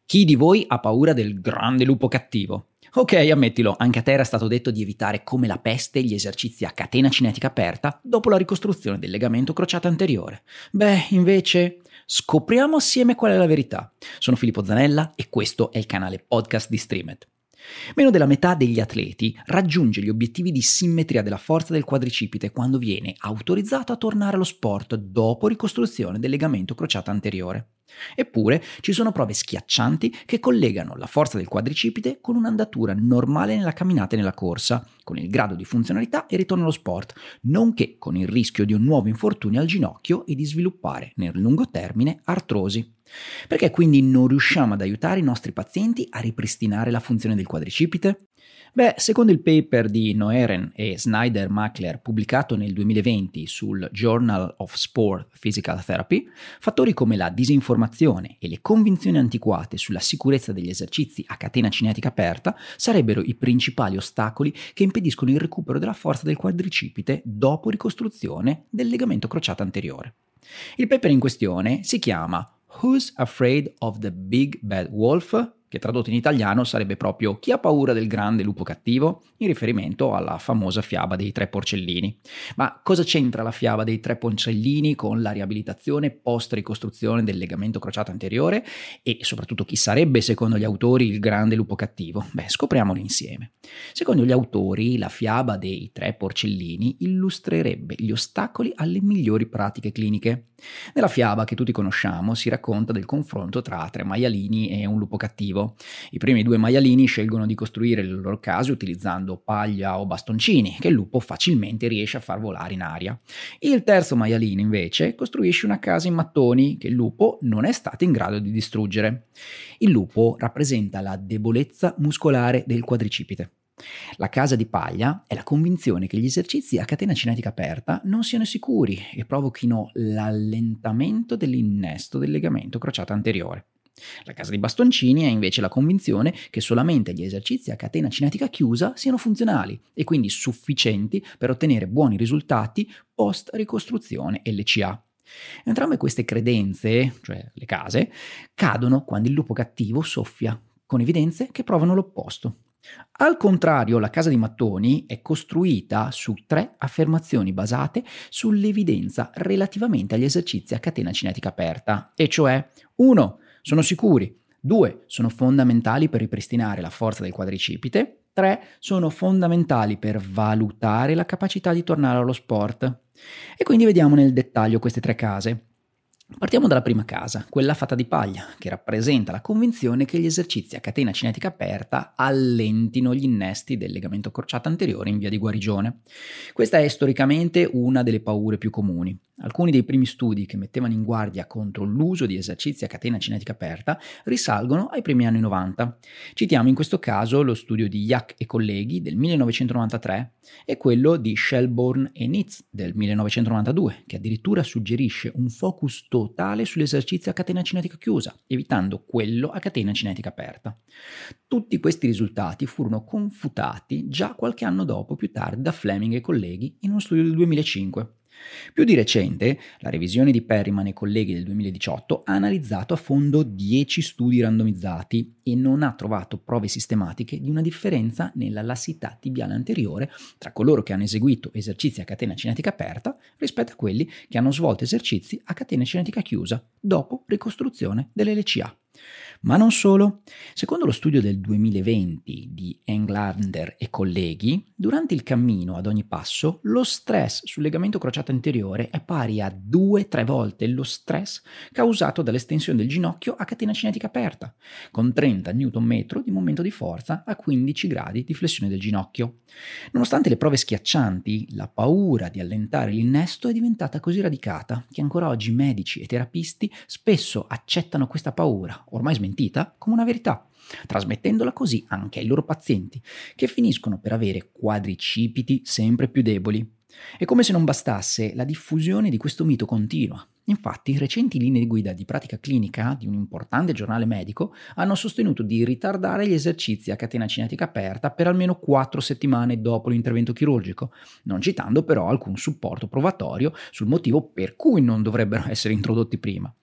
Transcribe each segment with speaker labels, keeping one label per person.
Speaker 1: Chi di voi ha paura del grande lupo cattivo? Ok, ammettilo, anche a te era stato detto di evitare come la peste gli esercizi a catena cinetica aperta dopo la ricostruzione del legamento crociato anteriore. Beh, invece, scopriamo assieme qual è la verità. Sono Filippo Zanella e questo è il canale podcast di Streamed. Meno della metà degli atleti raggiunge gli obiettivi di simmetria della forza del quadricipite quando viene autorizzato a tornare allo sport dopo ricostruzione del legamento crociato anteriore. Eppure ci sono prove schiaccianti che collegano la forza del quadricipite con un'andatura normale nella camminata e nella corsa, con il grado di funzionalità e ritorno allo sport, nonché con il rischio di un nuovo infortunio al ginocchio e di sviluppare nel lungo termine artrosi. Perché quindi non riusciamo ad aiutare i nostri pazienti a ripristinare la funzione del quadricipite? Beh, secondo il paper di Noeren e Snyder-Mackler pubblicato nel 2020 sul Journal of Sport Physical Therapy, fattori come la disinformazione e le convinzioni antiquate sulla sicurezza degli esercizi a catena cinetica aperta sarebbero i principali ostacoli che impediscono il recupero della forza del quadricipite dopo ricostruzione del legamento crociato anteriore. Il paper in questione si chiama Who's Afraid of the Big Bad Wolf? Che tradotto in italiano sarebbe proprio Chi ha paura del grande lupo cattivo? In riferimento alla famosa fiaba dei tre porcellini. Ma cosa c'entra la fiaba dei tre porcellini con la riabilitazione post-ricostruzione del legamento crociato anteriore? E soprattutto chi sarebbe, secondo gli autori, il grande lupo cattivo? Beh, scopriamolo insieme. Secondo gli autori, la fiaba dei tre porcellini illustrerebbe gli ostacoli alle migliori pratiche cliniche. Nella fiaba che tutti conosciamo si racconta del confronto tra tre maialini e un lupo cattivo. I primi due maialini scelgono di costruire le loro case utilizzando paglia o bastoncini, che il lupo facilmente riesce a far volare in aria. Il terzo maialino invece costruisce una casa in mattoni che il lupo non è stato in grado di distruggere. Il lupo rappresenta la debolezza muscolare del quadricipite. La casa di paglia è la convinzione che gli esercizi a catena cinetica aperta non siano sicuri e provochino l'allentamento dell'innesto del legamento crociato anteriore. La casa di bastoncini è invece la convinzione che solamente gli esercizi a catena cinetica chiusa siano funzionali e quindi sufficienti per ottenere buoni risultati post ricostruzione LCA. Entrambe queste credenze, cioè le case, cadono quando il lupo cattivo soffia, con evidenze che provano l'opposto. Al contrario, la casa di mattoni è costruita su tre affermazioni basate sull'evidenza relativamente agli esercizi a catena cinetica aperta, e cioè 1. Sono sicuri, 2. Sono fondamentali per ripristinare la forza del quadricipite, 3. Sono fondamentali per valutare la capacità di tornare allo sport. E quindi vediamo nel dettaglio queste tre case. Partiamo dalla prima casa, quella fatta di paglia, che rappresenta la convinzione che gli esercizi a catena cinetica aperta allentino gli innesti del legamento crociato anteriore in via di guarigione. Questa è storicamente una delle paure più comuni. Alcuni dei primi studi che mettevano in guardia contro l'uso di esercizi a catena cinetica aperta risalgono ai primi anni 90. Citiamo in questo caso lo studio di Yak e colleghi del 1993 e quello di Shelbourne e Nitz del 1992, che addirittura suggerisce un focus totale sull'esercizio a catena cinetica chiusa, evitando quello a catena cinetica aperta. Tutti questi risultati furono confutati già qualche anno dopo, più tardi, da Fleming e colleghi in uno studio del 2005. Più di recente, la revisione di Perryman e colleghi del 2018 ha analizzato a fondo 10 studi randomizzati e non ha trovato prove sistematiche di una differenza nella lassità tibiale anteriore tra coloro che hanno eseguito esercizi a catena cinetica aperta rispetto a quelli che hanno svolto esercizi a catena cinetica chiusa dopo ricostruzione dell'LCA. Ma non solo. Secondo lo studio del 2020 di Englander e colleghi, durante il cammino ad ogni passo lo stress sul legamento crociato anteriore è pari a 2-3 volte lo stress causato dall'estensione del ginocchio a catena cinetica aperta, con 30 Nm di momento di forza a 15 gradi di flessione del ginocchio. Nonostante le prove schiaccianti, la paura di allentare l'innesto è diventata così radicata che ancora oggi medici e terapisti spesso accettano questa paura, ormai smentita, come una verità, trasmettendola così anche ai loro pazienti, che finiscono per avere quadricipiti sempre più deboli. E come se non bastasse, la diffusione di questo mito continua. Infatti, recenti linee guida di pratica clinica di un importante giornale medico hanno sostenuto di ritardare gli esercizi a catena cinetica aperta per almeno 4 settimane dopo l'intervento chirurgico, non citando però alcun supporto provatorio sul motivo per cui non dovrebbero essere introdotti prima.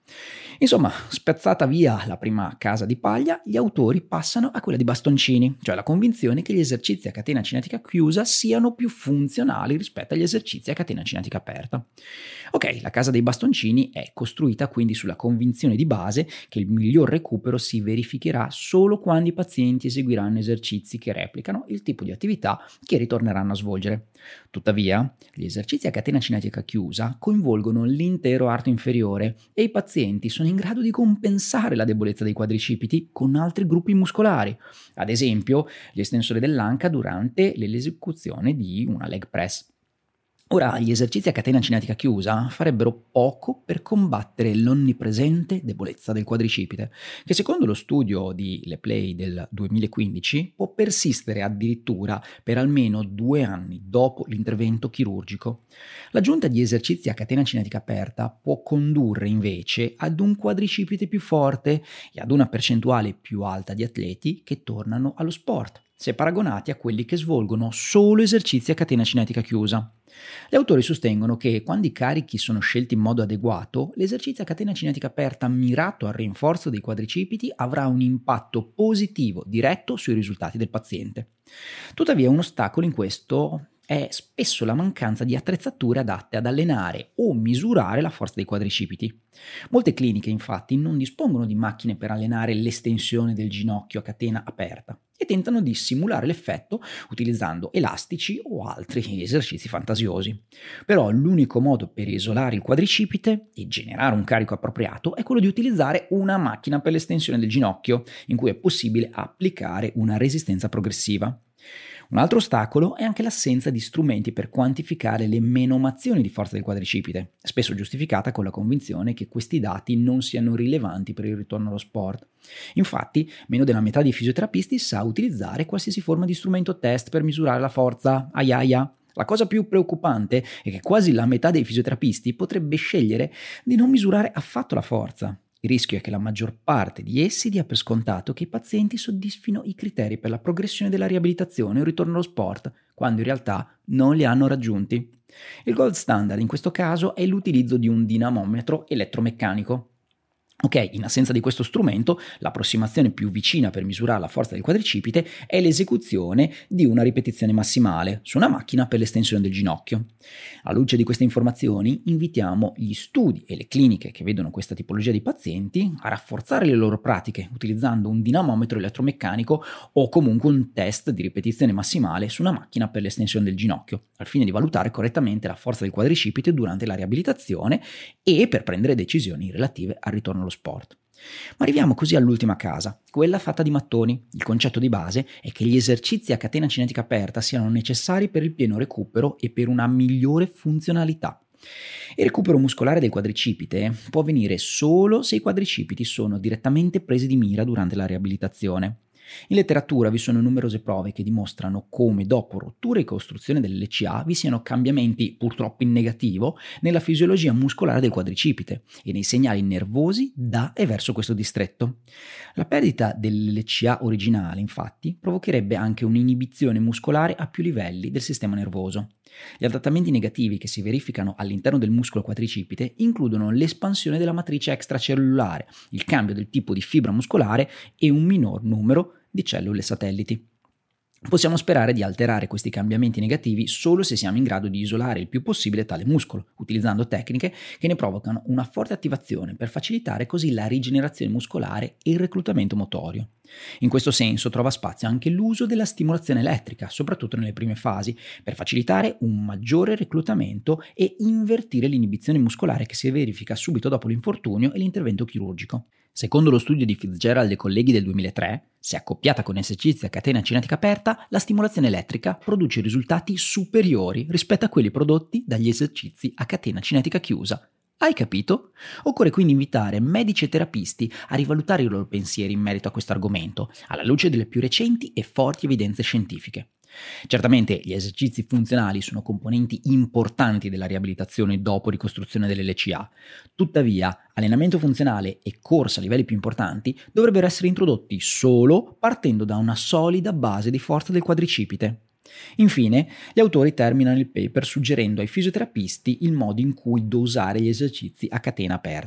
Speaker 1: Insomma, spezzata via la prima casa di paglia, gli autori passano a quella di bastoncini, cioè la convinzione che gli esercizi a catena cinetica chiusa siano più funzionali rispetto agli esercizi a catena cinetica aperta. Ok, la casa dei bastoncini è costruita quindi sulla convinzione di base che il miglior recupero si verificherà solo quando i pazienti eseguiranno esercizi che replicano il tipo di attività che ritorneranno a svolgere. Tuttavia, gli esercizi a catena cinetica chiusa coinvolgono l'intero arto inferiore e i pazienti sono in grado di compensare la debolezza dei quadricipiti con altri gruppi muscolari, ad esempio gli estensori dell'anca durante l'esecuzione di una leg press. Ora, gli esercizi a catena cinetica chiusa farebbero poco per combattere l'onnipresente debolezza del quadricipite, che secondo lo studio di LePlay del 2015 può persistere addirittura per almeno 2 anni dopo l'intervento chirurgico. L'aggiunta di esercizi a catena cinetica aperta può condurre invece ad un quadricipite più forte e ad una percentuale più alta di atleti che tornano allo sport, se paragonati a quelli che svolgono solo esercizi a catena cinetica chiusa. Gli autori sostengono che quando i carichi sono scelti in modo adeguato, l'esercizio a catena cinetica aperta mirato al rinforzo dei quadricipiti avrà un impatto positivo diretto sui risultati del paziente. Tuttavia, un ostacolo in questo è spesso la mancanza di attrezzature adatte ad allenare o misurare la forza dei quadricipiti. Molte cliniche infatti non dispongono di macchine per allenare l'estensione del ginocchio a catena aperta e tentano di simulare l'effetto utilizzando elastici o altri esercizi fantasiosi. Però l'unico modo per isolare il quadricipite e generare un carico appropriato è quello di utilizzare una macchina per l'estensione del ginocchio, in cui è possibile applicare una resistenza progressiva. Un altro ostacolo è anche l'assenza di strumenti per quantificare le menomazioni di forza del quadricipite, spesso giustificata con la convinzione che questi dati non siano rilevanti per il ritorno allo sport. Infatti, meno della metà dei fisioterapisti sa utilizzare qualsiasi forma di strumento test per misurare la forza. Aiaia! La cosa più preoccupante è che quasi la metà dei fisioterapisti potrebbe scegliere di non misurare affatto la forza. Il rischio è che la maggior parte di essi dia per scontato che i pazienti soddisfino i criteri per la progressione della riabilitazione o il ritorno allo sport, quando in realtà non li hanno raggiunti. Il gold standard in questo caso è l'utilizzo di un dinamometro elettromeccanico. Ok, in assenza di questo strumento, l'approssimazione più vicina per misurare la forza del quadricipite è l'esecuzione di una ripetizione massimale su una macchina per l'estensione del ginocchio. Alla luce di queste informazioni, invitiamo gli studi e le cliniche che vedono questa tipologia di pazienti a rafforzare le loro pratiche utilizzando un dinamometro elettromeccanico o comunque un test di ripetizione massimale su una macchina per l'estensione del ginocchio, al fine di valutare correttamente la forza del quadricipite durante la riabilitazione e per prendere decisioni relative al ritorno allo sport. Ma arriviamo così all'ultima casa, quella fatta di mattoni. Il concetto di base è che gli esercizi a catena cinetica aperta siano necessari per il pieno recupero e per una migliore funzionalità. Il recupero muscolare del quadricipite può avvenire solo se i quadricipiti sono direttamente presi di mira durante la riabilitazione. In letteratura vi sono numerose prove che dimostrano come dopo rottura e costruzione dell'LCA vi siano cambiamenti, purtroppo in negativo, nella fisiologia muscolare del quadricipite e nei segnali nervosi da e verso questo distretto. La perdita dell'LCA originale, infatti, provocherebbe anche un'inibizione muscolare a più livelli del sistema nervoso. Gli adattamenti negativi che si verificano all'interno del muscolo quadricipite includono l'espansione della matrice extracellulare, il cambio del tipo di fibra muscolare e un minor numero di cellule satelliti. Possiamo sperare di alterare questi cambiamenti negativi solo se siamo in grado di isolare il più possibile tale muscolo, utilizzando tecniche che ne provocano una forte attivazione per facilitare così la rigenerazione muscolare e il reclutamento motorio. In questo senso trova spazio anche l'uso della stimolazione elettrica, soprattutto nelle prime fasi, per facilitare un maggiore reclutamento e invertire l'inibizione muscolare che si verifica subito dopo l'infortunio e l'intervento chirurgico. Secondo lo studio di Fitzgerald e colleghi del 2003, se accoppiata con esercizi a catena cinetica aperta, la stimolazione elettrica produce risultati superiori rispetto a quelli prodotti dagli esercizi a catena cinetica chiusa. Hai capito? Occorre quindi invitare medici e terapisti a rivalutare i loro pensieri in merito a questo argomento, alla luce delle più recenti e forti evidenze scientifiche. Certamente gli esercizi funzionali sono componenti importanti della riabilitazione dopo ricostruzione dell'LCA, tuttavia allenamento funzionale e corsa a livelli più importanti dovrebbero essere introdotti solo partendo da una solida base di forza del quadricipite. Infine, gli autori terminano il paper suggerendo ai fisioterapisti il modo in cui dosare gli esercizi a catena aperta.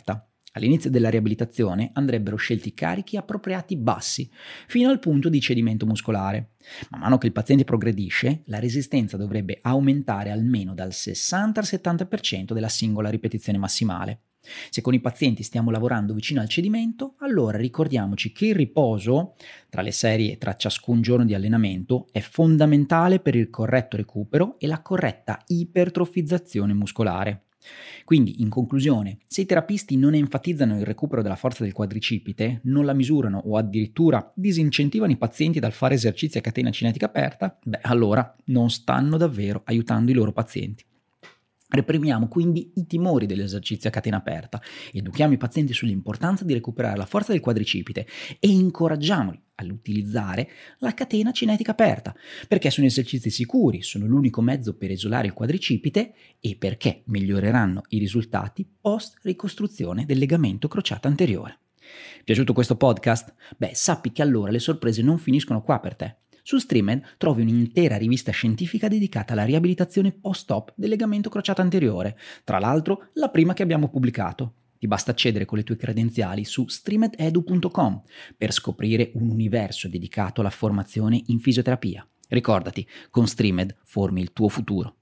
Speaker 1: All'inizio della riabilitazione andrebbero scelti carichi appropriati bassi, fino al punto di cedimento muscolare. Man mano che il paziente progredisce, la resistenza dovrebbe aumentare almeno dal 60 al 70% della singola ripetizione massimale. Se con i pazienti stiamo lavorando vicino al cedimento, allora ricordiamoci che il riposo tra le serie e tra ciascun giorno di allenamento è fondamentale per il corretto recupero e la corretta ipertrofizzazione muscolare. Quindi, in conclusione, se i terapisti non enfatizzano il recupero della forza del quadricipite, non la misurano o addirittura disincentivano i pazienti dal fare esercizi a catena cinetica aperta, allora non stanno davvero aiutando i loro pazienti. Reprimiamo quindi i timori dell'esercizio a catena aperta, educhiamo i pazienti sull'importanza di recuperare la forza del quadricipite e incoraggiamoli all'utilizzare la catena cinetica aperta, perché sono esercizi sicuri, sono l'unico mezzo per isolare il quadricipite e perché miglioreranno i risultati post ricostruzione del legamento crociato anteriore. Piaciuto questo podcast? Sappi che allora le sorprese non finiscono qua per te. Su Streamed trovi un'intera rivista scientifica dedicata alla riabilitazione post-op del legamento crociato anteriore, tra l'altro la prima che abbiamo pubblicato. Ti basta accedere con le tue credenziali su streamededu.com per scoprire un universo dedicato alla formazione in fisioterapia. Ricordati, con Streamed formi il tuo futuro.